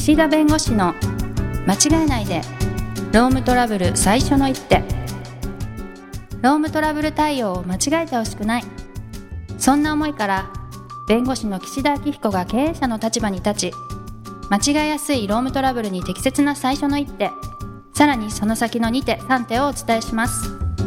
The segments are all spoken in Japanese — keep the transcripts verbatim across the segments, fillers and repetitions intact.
岸田弁護士の間違えないでロームトラブル最初の一手。ロームトラブル対応を間違えてほしくない、そんな思いから弁護士の岸田明彦が経営者の立場に立ち、間違えやすいロームトラブルに適切な最初の一手、さらにその先のに手さん手をお伝えします。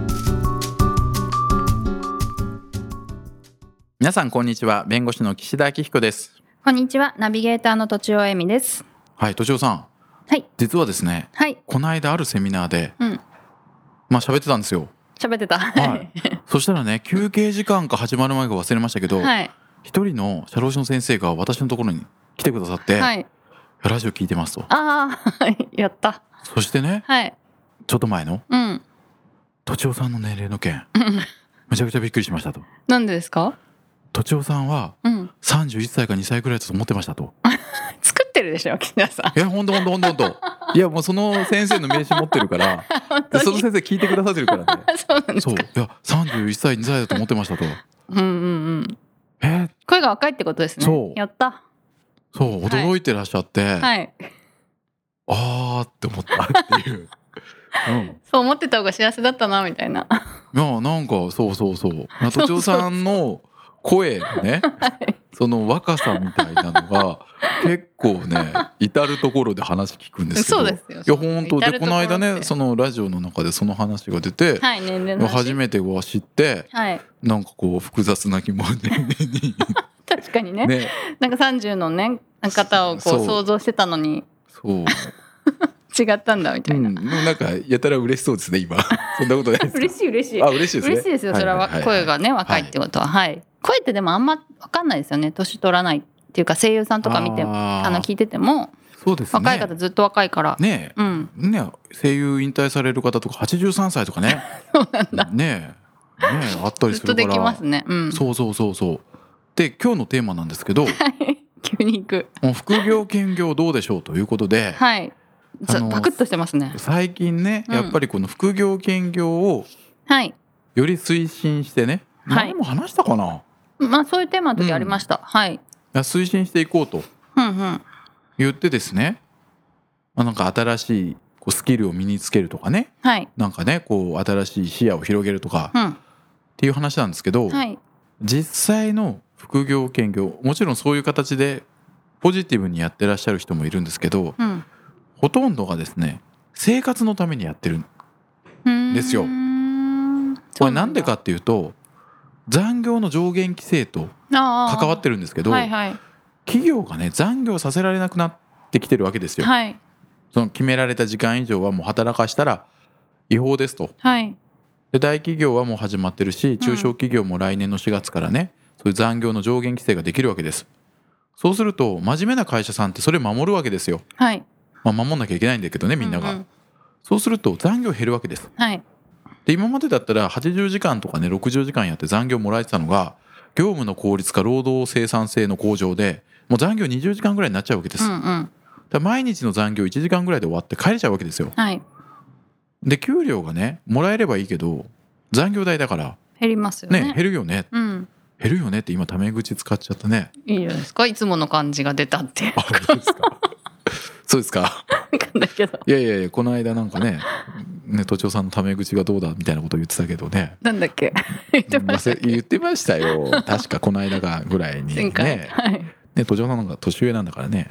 皆さんこんにちは。弁護士の岸田明彦です。 こんにちは。ナビゲーターのとちおえみです。 はい、とちおさん、 はい、 実はですね、 はい、 この間あるセミナーで、うん、まあ喋ってたんですよ。 喋ってた、 はい、そしたらね、休憩時間か始まる前か忘れましたけど、はい、一人の社労士の先生が私のところに来てくださって、はい、ラジオ聞いてますと。 ああやった。 そしてね、はい、ちょっと前の、うん、とちおさんの年齢の件めちゃくちゃびっくりしましたと。 なんでですか？ とちおさんはさんじゅういっさいかにさいくらいだと思ってましたと。 作ってるでしょ岸田さん。 いやほんとほんとほんとほんといやもうその先生の名刺持ってるからその先生聞いてくださってるからね。 そうなんですか。 そういやさんじゅういっさいにさいだと思ってましたと。うんうんうん。 え声が若いってことですね。そうやった。 そう驚いてらっしゃって、はいはい、あーって思ったっていう、うん、 そう思ってた方が幸せだったなみたいな。 いやなんかそうそうそうとちおさんの声のね、はい、その若さみたいなのが結構ね至る所で話聞くんですけど。そうですよ。いや本当でこの間ねそのラジオの中でその話が出て、はい、年齢の話初めては知って、はい、なんかこう複雑な気持ちに確かに ね, ねなんかさんじゅうのね方をこう想像してたのにそう違ったんだみたいな、うん、 なんかやたら嬉しそうですね今。そんなことないですか？ 嬉しい嬉しい。 あ嬉しいですね。 嬉しいですよ。それは声がね若いってことは、はい、声ってでもあんま分かんないですよね。年取らないっていうか声優さんとか見てああの聞いててもそうです、ね、若い方ずっと若いからねえ、うんね、声優引退される方とかはちじゅうさんさいとかねそうなんだねえ、ねえあったりするからずっとできますね、うん、 そうそうそうそうで今日のテーマなんですけど急に行く副業兼業どうでしょうということで、 はいパクッとしてますね。 最近ねやっぱりこの副業兼業をより推進してね、はい、何も話したかな、 まあそういうテーマの時ありました、うん、はい推進していこうと言ってですね、まあ、なんか新しいこうスキルを身につけるとかね、はい、なんかねこう新しい視野を広げるとか、うん、っていう話なんですけど、はい、実際の副業兼業もちろんそういう形でポジティブにやってらっしゃる人もいるんですけど、うん、ほとんどがですね生活のためにやってるんですよ。これなんでかっていうと残業の上限規制と関わってるんですけど、はいはい、企業がね残業させられなくなってきてるわけですよ、はい、その決められた時間以上はもう働かしたら違法ですと、はい、で大企業はもう始まってるし中小企業も来年のしがつからね、うん、そういう残業の上限規制ができるわけです。そうすると真面目な会社さんってそれ守るわけですよ、はいまあ、守んなきゃいけないんだけどねみんなが、うんうん、そうすると残業減るわけです、はい、で今までだったらはちじゅうじかんとかねろくじゅうじかんやって残業もらえてたのが業務の効率化労働生産性の向上でもう残業にじゅうじかんぐらいになっちゃうわけです、うんうん、だから毎日の残業いちじかんぐらいで終わって帰れちゃうわけですよ、はい、で給料がねもらえればいいけど残業代だから減りますよね、 ね減るよね、うん減るよねって今タメ口使っちゃったね。 いいじゃないですかいつもの感じが出たっていうあそうですかそうですかいやいやいやこの間なんかねねとちおさんのタメ口がどうだみたいなこと言ってたけどねなんだっけ言ってましたっけ、 言ってましたよ確かこの間がぐらいにねね、はい、ねとちおさんなんか年上なんだからね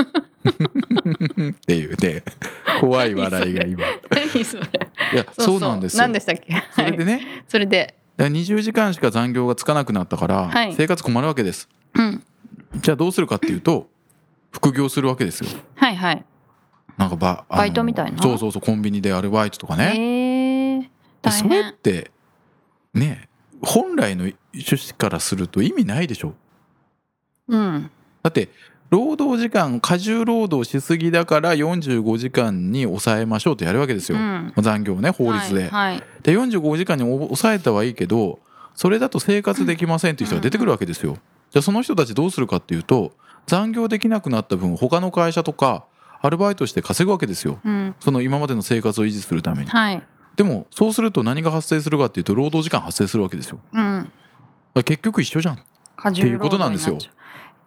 っていうね怖い笑いが今何それいやそうそうなんですよ。 何でしたっけそれでね、はい、 それでにじゅうじかんしか残業がつかなくなったから、はい、生活困るわけです、うん、じゃあどうするかっていうと副業するわけですよ。 はいはいなんかバ、 バイトみたいなそうそうそうコンビニでアルバイトとかね、 えー、大変。 それってね本来の趣旨からすると意味ないでしょ、うん、だって労働時間過重労働しすぎだからよんじゅうごじかんに抑えましょうとやるわけですよ、うん、残業ね法律で、はいはい、でよんじゅうごじかんに抑えたはいいけどそれだと生活できませんっていう人が出てくるわけですよ、うん、じゃあその人たちどうするかっていうと残業できなくなった分他の会社とかアルバイトして稼ぐわけですよ、うん、その今までの生活を維持するために、はい、でもそうすると何が発生するかっていうと労働時間発生するわけですよ、うん、結局一緒じゃんっていうことなんですよ。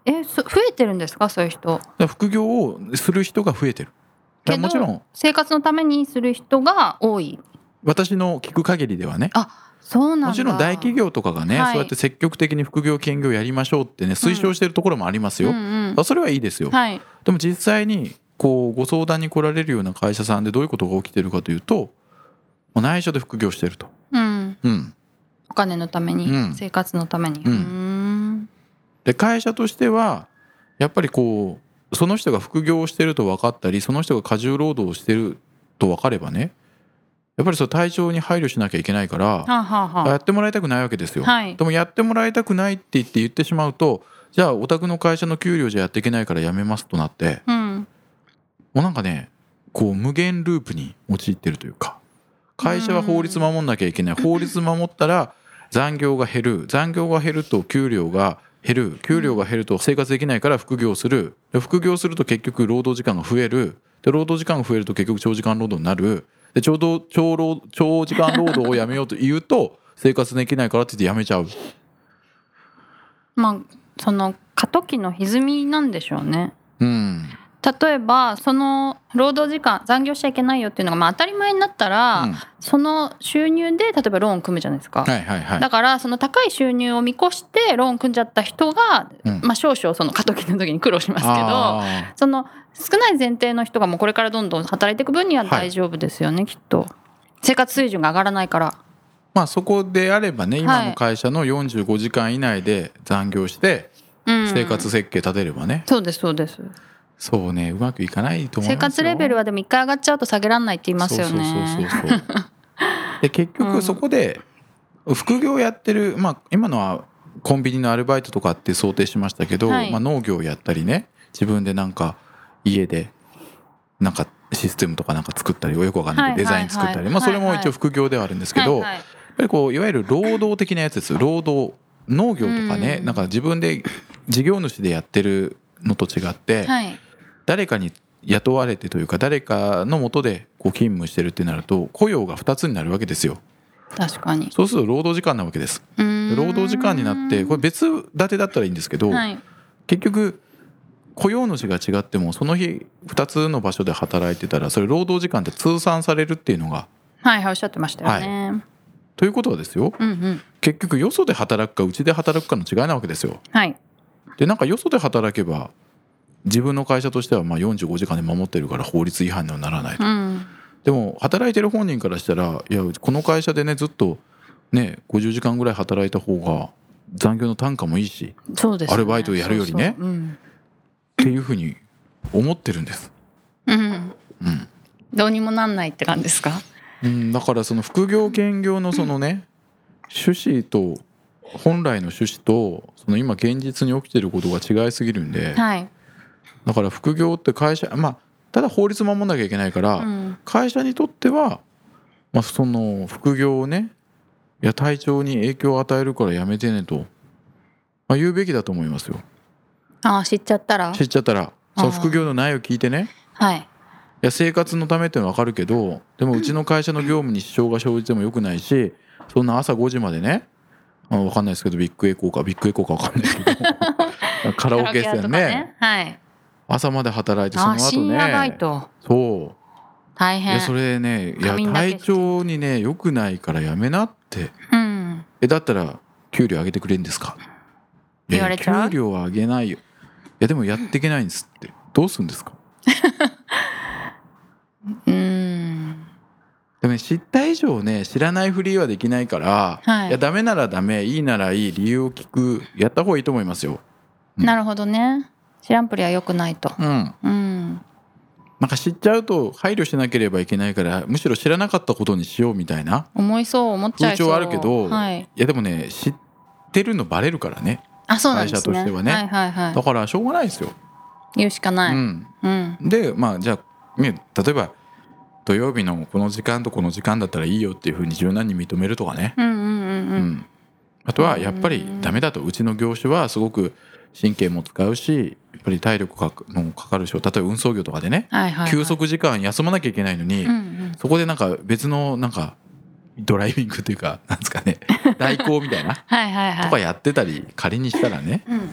えそ増えてるんですか、そういう人。 副業をする人が増えてる。 けどもちろん生活のためにする人が多い。 私の聞く限りではね。 あ、そうなんだ。 もちろん大企業とかがね、はい、そうやって積極的に副業兼業やりましょうってね推奨してるところもありますよ、うんうんうん、それはいいですよ、はい、でも実際にこうご相談に来られるような会社さんでどういうことが起きてるかというと、内緒で副業してると、うんうん、 お金のために、うん、生活のために、うん、うーんで会社としてはやっぱりこうその人が副業をしてると分かったり、その人が過重労働をしてると分かればね、やっぱりその体調に配慮しなきゃいけないから、はあはあ、やってもらいたくないわけですよ、はい、でもやってもらいたくないって言って言ってしまうと、じゃあお宅の会社の給料じゃやっていけないから辞めますとなって、うん、もうなんかねこう無限ループに陥ってるというか、会社は法律守んなきゃいけない、法律守ったら残業が減る、残業が減ると給料が減る、給料が減ると生活できないから副業する、で副業すると結局労働時間が増える、で労働時間が増えると結局長時間労働になる、でちょうど 長, 労長時間労働をやめようと言うと生活できないからって言ってやめちゃう。 まあその過渡期の歪みなんでしょうね、 うん、 例えばその労働時間残業しちゃいけないよっていうのがまあ当たり前になったら、うん、その収入で例えばローン組むじゃないですか、 はいはいはい、 だからその高い収入を見越してローン組んじゃった人が、うんまあ、少々その過渡期の時に苦労しますけど、その少ない前提の人がもうこれからどんどん働いていく分には大丈夫ですよね、はい、きっと生活水準が上がらないから。 まあそこであればね、今の会社のよんじゅうごじかん以内で残業して生活設計立てればね、 うん、そうですそうです。 そうね、うまくいかないと思いますよ。 生活レベルはでも一回上がっちゃうと下げらんないって言いますよね。 そうそうそうそうそうで結局そこで副業やってる、まあ今のはコンビニのアルバイトとかって想定しましたけど、はいまあ、農業やったりね、自分でなんか家でなんかシステムとかなんか作ったり、よくわかんないけどデザイン作ったり、まあそれも一応副業ではあるんですけど、やっぱりこういわゆる労働的なやつです。労働農業とかね、なんか自分で事業主でやってるのと違って、誰かに雇われてというか誰かの下でこう勤務してるってなると雇用がふたつになるわけですよ。 確かに。 そうすると労働時間なわけです。労働時間になってこれ別立てだったらいいんですけど、結局雇用主が違ってもその日ふたつの場所で働いてたらそれ労働時間って通算されるっていうのが、 はいはい、おっしゃってましたよね、はい、 ということはですよ、 うんうん、 結局よそで働くかうちで働くかの違いなわけですよ、 はい、 でなんかよそで働けば自分の会社としてはまあよんじゅうごじかんで守ってるから法律違反にはならないと、うん、でも働いてる本人からしたらいやこの会社でねずっとねごじゅうじかんぐらい働いた方が残業の単価もいいし、 そうですね、 アルバイトやるよりね、そうそう、うん、っていうふうに思ってるんです、 うんうん、どうにもなんないって感じですか、 うん、だからその副業兼業のそのね、うん、趣旨と本来の趣旨とその今現実に起きてることが違いすぎるんで、 はい、 だから副業って会社、まあただ法律守んなきゃいけないから、うん、会社にとっては、まあ、その副業をね、いや体調に影響を与えるからやめてねと、まあ、言うべきだと思いますよ。 ああ、知っちゃったら知っちゃったらその副業の内容を聞いてね、 はい、 いや生活のためってのは分かるけど、でもうちの会社の業務に支障が生じてもよくないし、そんな朝ごじまでね、あ分かんないですけどビッグエコーかビッグエコーか分かんないけどカラオケですよね、 ね、はい、 朝まで働いてその後ね、 深夜バイト、 そう大変。 いやそれね、いや体調にね良くないからやめなって、 うん、 えだったら給料上げてくれるんですか、 言われちゃう。 給料は上げないよ、いやでもやっていけないんですって、どうするんですかうーんでも、ね、知った以上ね知らないふりはできないから、はい、いやダメならダメ、いいならいい、理由を聞く、やった方がいいと思いますよ、 うん、なるほどね。知らんぷりは良くないと、 うんうん、なんか知っちゃうと配慮しなければいけないからむしろ知らなかったことにしようみたいな思いそう思っちゃいそう風潮あるけど、 はい、いやでもね知ってるのバレるからね、 あ、そうなんですね、 会社としてはね、 はいはいはい、 だからしょうがないですよ、 言うしかない、 うんうん、 でまあじゃあ例えば土曜日のこの時間とこの時間だったらいいよっていうふうに柔軟に認めるとかね、 うんうんうんうんうん、 あとはやっぱりダメだと、うちの業種はすごく神経も使うしやっぱり体力もかかるし、例えば運送業とかでね、 はいはいはい、 休息時間休まなきゃいけないのに、うんうん、そこでなんか別のなんかドライビングというかなんですかね代行みたいなはいはい、はい、 とかやってたり仮にしたらね、うん、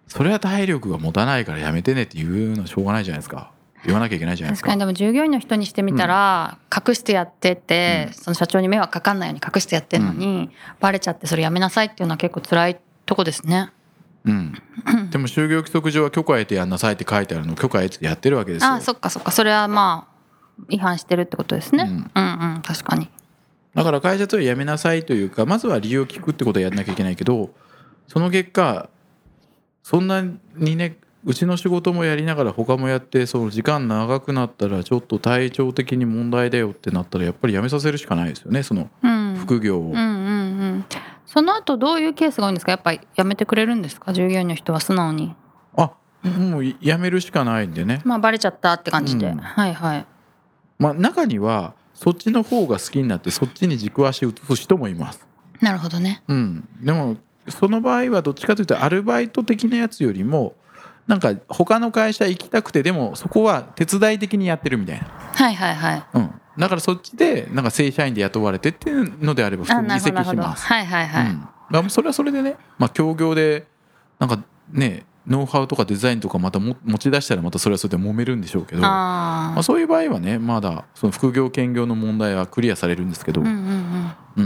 それは体力が持たないからやめてねって言うのはしょうがないじゃないですか。言わなきゃいけないじゃないですか。 確かに。でも従業員の人にしてみたら、隠してやってて、うん、その社長に迷惑かかんないように隠してやってるのに、うん、バレちゃってそれやめなさいっていうのは結構辛いとこですね。 うん、でも就業規則上は許可得てやんなさいって書いてあるのを許可得てやってるわけですよ。 あ、そっかそっか。それはまあ違反してるってことですね、うん、うんうん確かに。 だから会社とはやめなさいというか、まずは理由を聞くってことをやんなきゃいけないけど、その結果そんなにね、うちの仕事もやりながら他もやって、その時間長くなったらちょっと体調的に問題だよってなったらやっぱりやめさせるしかないですよね、その副業を、うんうんうんうん、 その後どういうケースが多いんですか？やっぱりやめてくれるんですか？従業員の人は素直に。 あ、もうやめるしかないんでね。 まあバレちゃったって感じで、うん、はいはい。 まあ中にはそっちの方が好きになってそっちに軸足を移す人もいます。 なるほどね。 うん。でもその場合はどっちかというとアルバイト的なやつよりもなんか他の会社行きたくて、でもそこは手伝い的にやってるみたいな。 はいはいはい。 うん。だからそっちでなんか正社員で雇われてっていうのであれば普通に移籍します。 はいはいはい。うん、 だからそれはそれでね、まあ協業でなんかね、ノウハウとかデザインとかまたも持ち出したらまたそれはそれで揉めるんでしょうけど、あ、まあ、そういう場合はねまだその副業兼業の問題はクリアされるんですけど、うんうんうん、うん、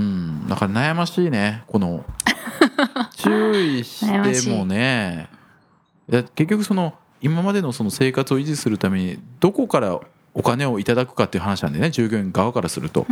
だから悩ましいね、この注意してもねいや結局その今までのその生活を維持するためにどこからお金をいただくかっていう話なんでね、従業員側からすると、うん、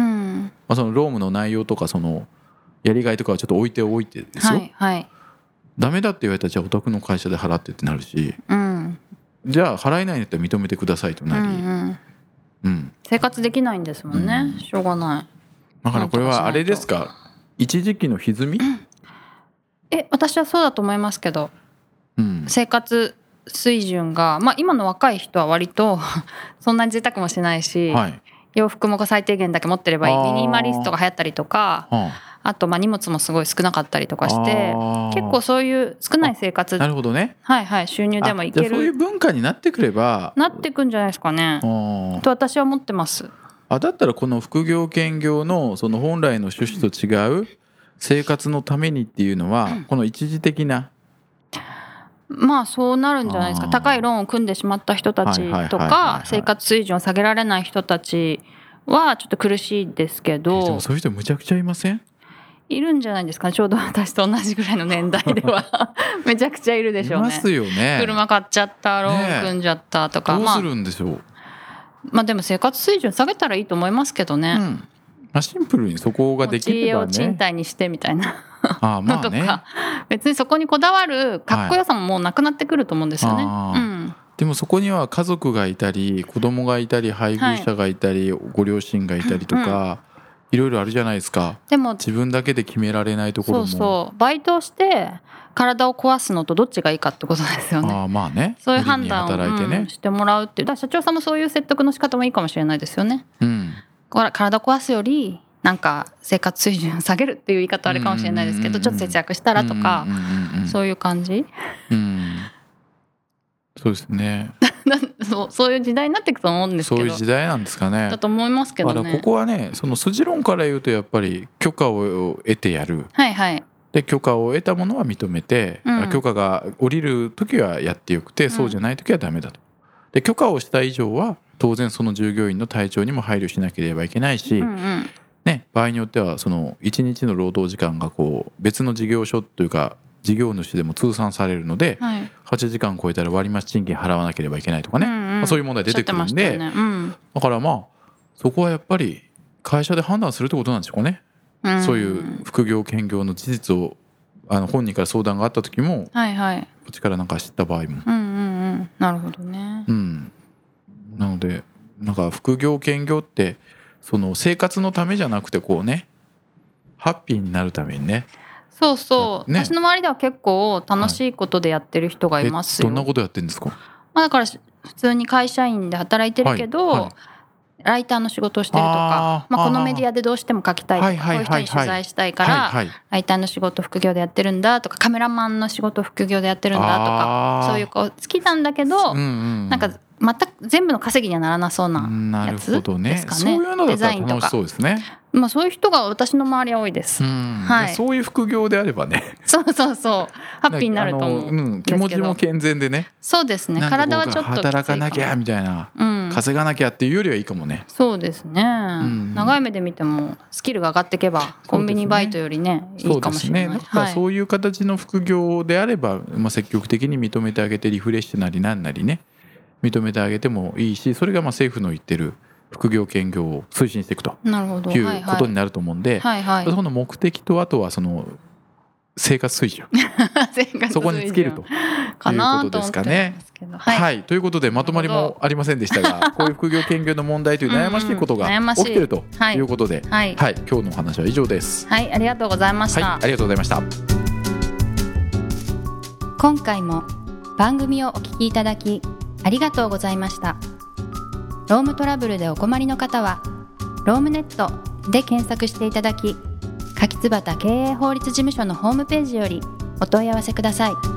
まあ、その労務の内容とかそのやりがいとかはちょっと置いておいてですよ、はいはい、ダメだって言われたらじゃあお宅の会社で払ってってなるし、うん、じゃあ払えないんだったら認めてくださいとなり、うんうんうん、 生活できないんですもんね、うん、しょうがない。 だからこれはあれですか、一時期の歪み、うん、 え私はそうだと思いますけど、うん、生活水準が、まあ、今の若い人は割とそんなに贅沢もしないし、はい、洋服も最低限だけ持ってればいい、ミニマリストが流行ったりとか、あ, あとまあ荷物もすごい少なかったりとかして結構そういう少ない生活、 なるほどね、 はいはい、収入でもいける、 そういう文化になってくればなってくんじゃないですかねと私は思ってます。 あ、だったらこの副業兼業のその本来の趣旨と違う生活のためにっていうのは、うん、この一時的な、 まあそうなるんじゃないですか。高いローンを組んでしまった人たちとか生活水準を下げられない人たちはちょっと苦しいですけど、 でもそういう人むちゃくちゃいません？ いるんじゃないですかね。ちょうど私と同じぐらいの年代ではめちゃくちゃいるでしょうね。 いますよね。 車買っちゃった、ローン組んじゃったとか、 ね、どうするんでしょう、まあ、 まあでも生活水準下げたらいいと思いますけどね、うん、まあ、シンプルにそこができればね、 持ち家を賃貸にしてみたいなあ、まあね、 とか別にそこにこだわるかっこよさももうなくなってくると思うんですよね、はい、うん、 でもそこには家族がいたり子供がいたり配偶者がいたり、はい、ご両親がいたりとか、うん、いろいろあるじゃないですか。でも自分だけで決められないところも、 そうそう、バイトして体を壊すのとどっちがいいかってことですよね。 あ、まあね、 そういう判断を、ね、うん、してもらうっていう、だから社長さんもそういう説得の仕方もいいかもしれないですよね、うん、体壊すよりなんか生活水準を下げるっていう言い方はあれかもしれないですけど、ちょっと節約したらとか、そういう感じ、うん、 そうですねそう、そういう時代になっていくと思うんですけど、 そういう時代なんですかね。 だと思いますけどね。 だからここはね、その筋論から言うとやっぱり許可を得てやる、 はいはい、 で許可を得たものは認めて、うん、許可が下りる時はやってよくて、そうじゃない時はダメだと。で許可をした以上は当然その従業員の体調にも配慮しなければいけないし、うんうん、ね、場合によってはそのいちにちの労働時間がこう別の事業所というか事業主でも通算されるので、はい、はちじかん超えたら割増賃金払わなければいけないとかね、うんうん、まあ、そういう問題出てくるんで、ね、うん、だからまあそこはやっぱり会社で判断するってことなんでしょうね、うん、そういう副業兼業の事実をあの本人から相談があった時も、はいはい、こっちからなんか知った場合も、 うんうんうん、なるほどね、 うん、なのでなんか副業兼業ってその生活のためじゃなくてこうね、ハッピーになるためにね、 そうそう、ね、私の周りでは結構楽しいことでやってる人がいますよ、 はい、どんなことやってるんですか？ まあ、だから普通に会社員で働いてるけど、はいはい、ライターの仕事をしてるとか、まあ、このメディアでどうしても書きたいとか、はいはいはいはい、こういう人に取材したいから、はいはい、ライターの仕事副業でやってるんだとか、カメラマンの仕事副業でやってるんだとか、そういうこう好きなんだけど、うんうん、なんか全く全部の稼ぎにはならなそうなやつですかね。 なるほどね。そういうのだったら楽しそうですね。 まあ、そういう人が私の周りは多いです。 はい、そういう副業であればねそうそうそうハッピーになると思うん、 気持ちも健全でね。 そうですね。体はちょっときついかも。 働かなきゃみたいな、うん、稼がなきゃっていうよりはいいかもね。 そうですね、うん、長い目で見てもスキルが上がっていけばコンビニバイトよりねいいかもしれない。そうですね。だからそういう形の副業であれば、まあ、積極的に認めてあげてリフレッシュなりなんなりね認めてあげてもいいし、それがまあ政府の言ってる副業兼業を推進していくということになると思うんで、はいはい、その目的とあとはその生活水準生活水準そこに尽きるということですかね。はい、はい、ということでまとまりもありませんでしたがこういう副業兼業の問題という悩ましいことが起きているということで、はいはい、今日のお話は以上です。 はい、ありがとうございました。 はい、ありがとうございました。 今回も番組をお聞きいただきありがとうございました。ロームトラブルでお困りの方はロームネットで検索していただき、柿椿経営法律事務所のホームページよりお問い合わせください。